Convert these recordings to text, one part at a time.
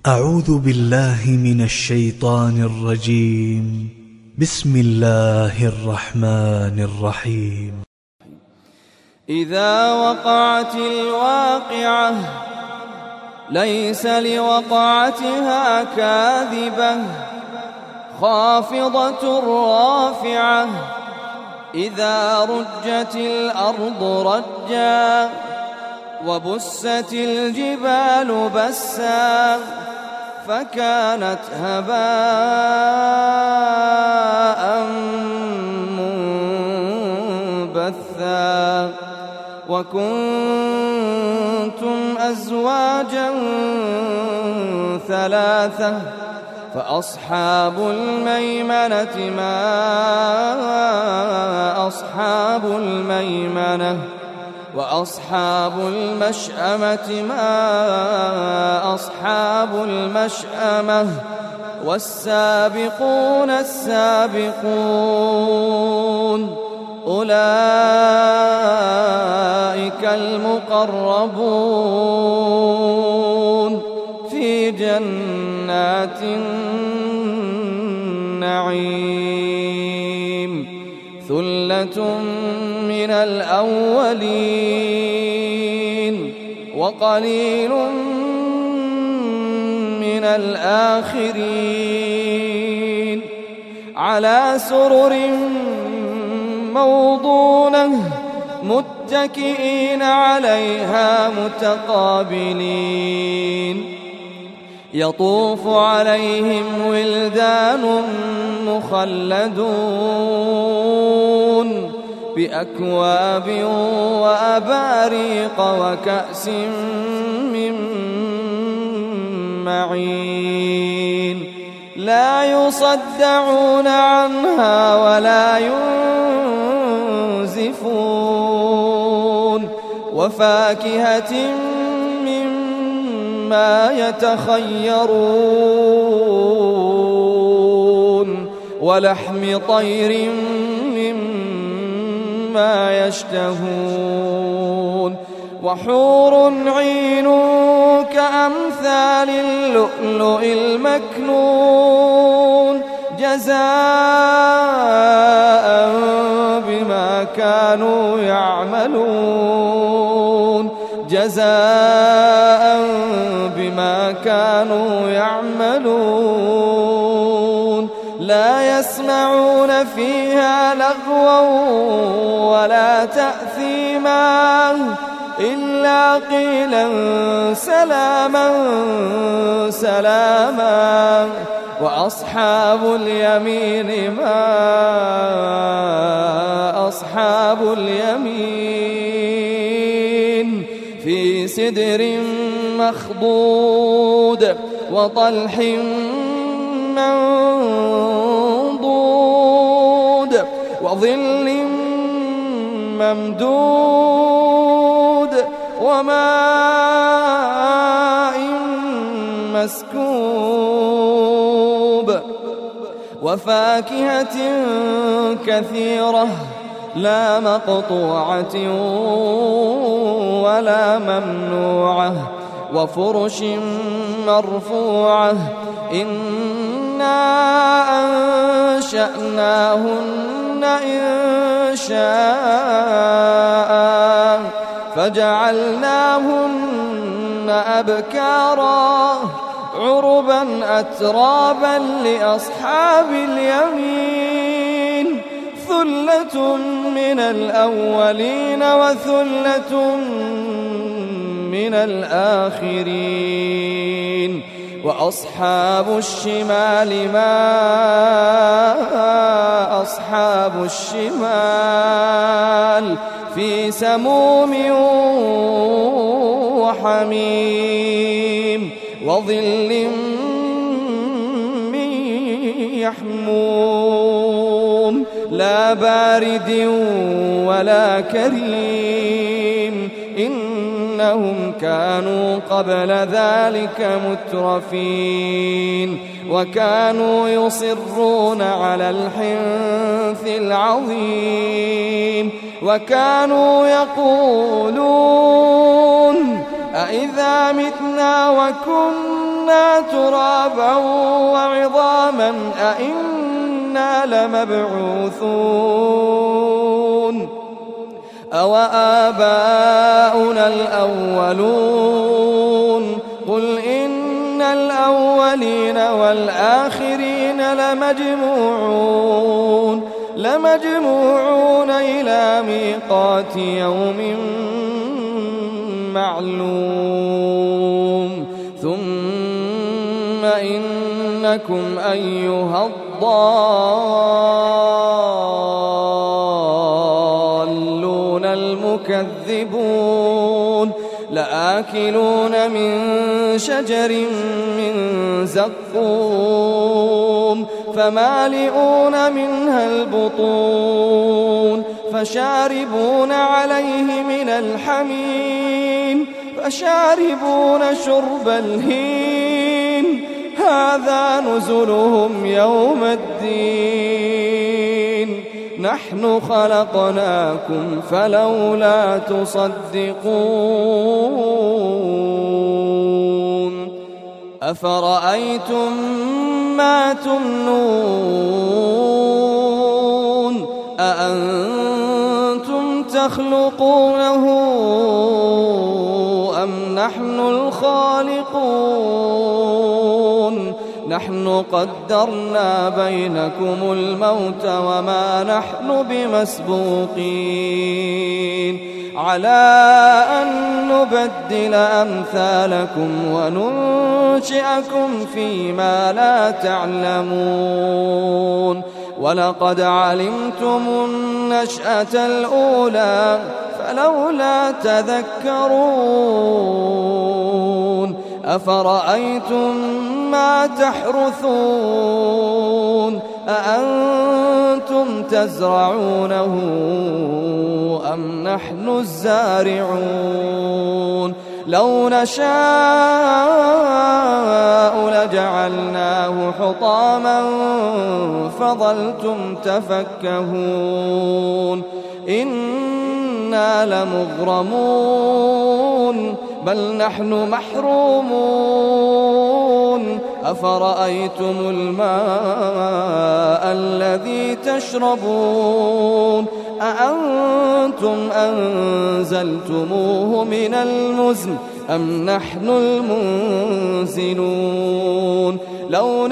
أعوذ بالله من الشيطان الرجيم. بسم الله الرحمن الرحيم. إذا وقعت الواقعة ليس لوقعتها كاذبة خافضة رافعة إذا رجت الأرض رجا وبست الجبال بسا فكانت هباء منبثا وكنتم أزواجا ثلاثة فأصحاب الميمنة ما أصحاب الميمنة وأصحاب المشأمة ما أصحاب المشأمة والسابقون السابقون أولئك المقربون في جنات النعيم ثلة من الأولين وقليل من الآخرين على سرر موضونة متكئين عليها متقابلين يطوف عليهم ولدان مخلدون بأكواب وأباريق وكأس من معين لا يصدعون عنها ولا ينزفون وفاكهة مما يتخيرون ولحم طير مما يشتهون وحور عين كأمثال اللؤلؤ المكنون جزاء بما كانوا يعملون جزاء بما كانوا يعملون لا يسمعون فيها لغوا ولا تأثيما إلا قيلا سلاما سلاما وأصحاب اليمين ما أصحاب اليمين في سدر مخضود وطلح منضود وظل ممدود وماء مسكوب وفاكهة كثيرة لا مقطوعة ولا ممنوعة وفرش مرفوعة إنا أنشأناهن إنشاء فجعلناهن أبكارا عربا أترابا لأصحاب اليمين ثلة من الأولين وثلة من الآخرين وأصحاب الشمال ما أصحاب الشمال في سموم وحميم وظل من يحموم لا بارد ولا كريم إنهم كانوا قبل ذلك مترفين وكانوا يصرون على الحنث العظيم وكانوا يقولون أإذا متنا وكنا كنا ترابا وعظاما أئنا لمبعوثون أوآباؤنا الأولون قل إن الأولين والآخرين لمجموعون إلى ميقات يوم معلوم ثم إنكم أيها الضالون المكذبون لآكلون من شجر من زقوم فمالئون منها البطون فشاربون عليه من الحميم فشاربون شرب الهيم هذا نزلهم يوم الدين نحن خلقناكم فلولا تصدقون أفرأيتم ما تمنون أأنتم تخلقونه أم نحن الخالقون نحن قدرنا بينكم الموت وما نحن بمسبوقين على أن نبدل أمثالكم وننشئكم فيما لا تعلمون ولقد علمتم النشأة الأولى فلولا تذكرون أفرأيتم ما تحرثون أأنتم تزرعونه أم نحن الزارعون لو نشاء لجعلناه حطاما فظلتم تفكهون إنا لمغرمون بل نحن محرومون أفرأيتم الماء الذي تشربون أأنتم أنزلتموه من المزن أم نحن المنزلون لو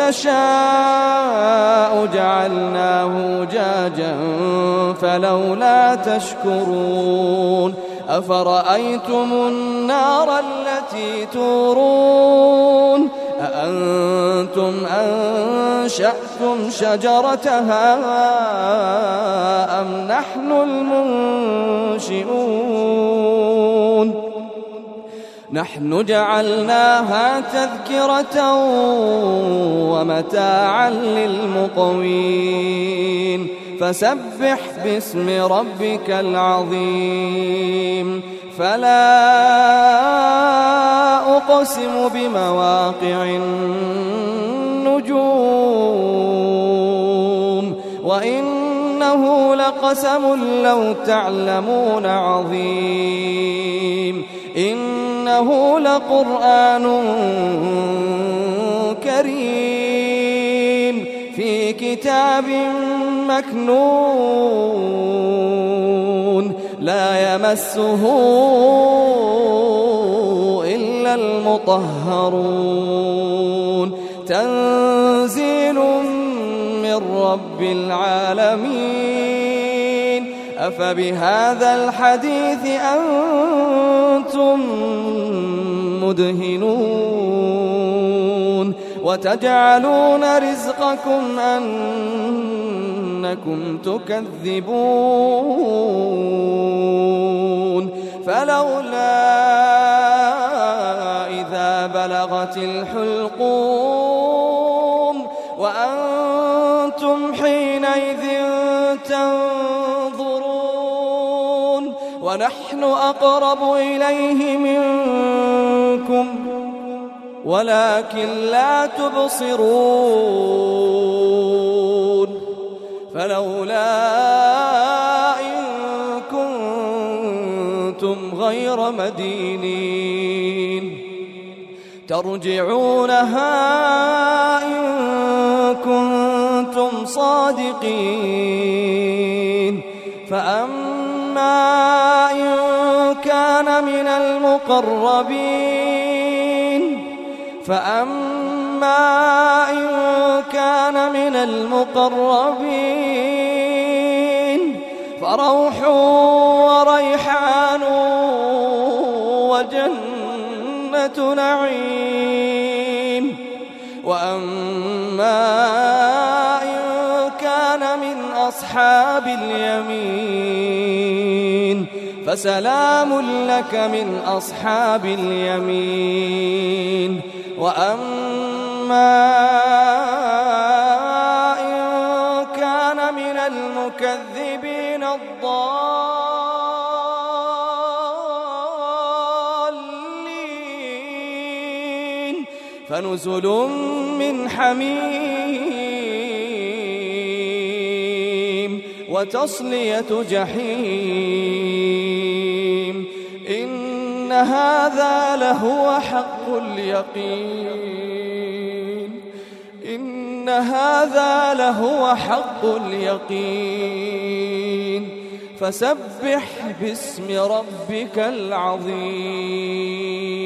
نشاء جعلناه جاجا فلولا تشكرون أفرأيتم النار التي تورون أأنتم أنشأتم شجرتها أم نحن المنشئون نحن جعلناها تذكرة ومتاعا للمقوين فسبح باسم ربك العظيم فلا أقسم بمواقع النجوم وإنه لقسم لو تعلمون عظيم إنه لقرآن كريم في كتاب مكنون لا يمسه إلا المطهرون تنزيل من رب العالمين أفبهذا الحديث أنتم مدهنون وتجعلون رزقكم أنكم تكذبون فلولا إذا بلغت الحلقوم وأنتم حينئذ تنظرون ونحن أقرب إليه منكم ولكن لا تبصرون فلولا إن كنتم غير مدينين ترجعونها إن كنتم صادقين. فأما إن كان من المقربين فروح وريحان وجنة نعيم. وأما إن كان من أصحاب اليمين فسلام لك من أصحاب اليمين. وأما إن كان من المكذبين الضالين فنزل من حميم وتصلية جحيم. إن هذا لهو حق اليقين. فسبح باسم ربك العظيم.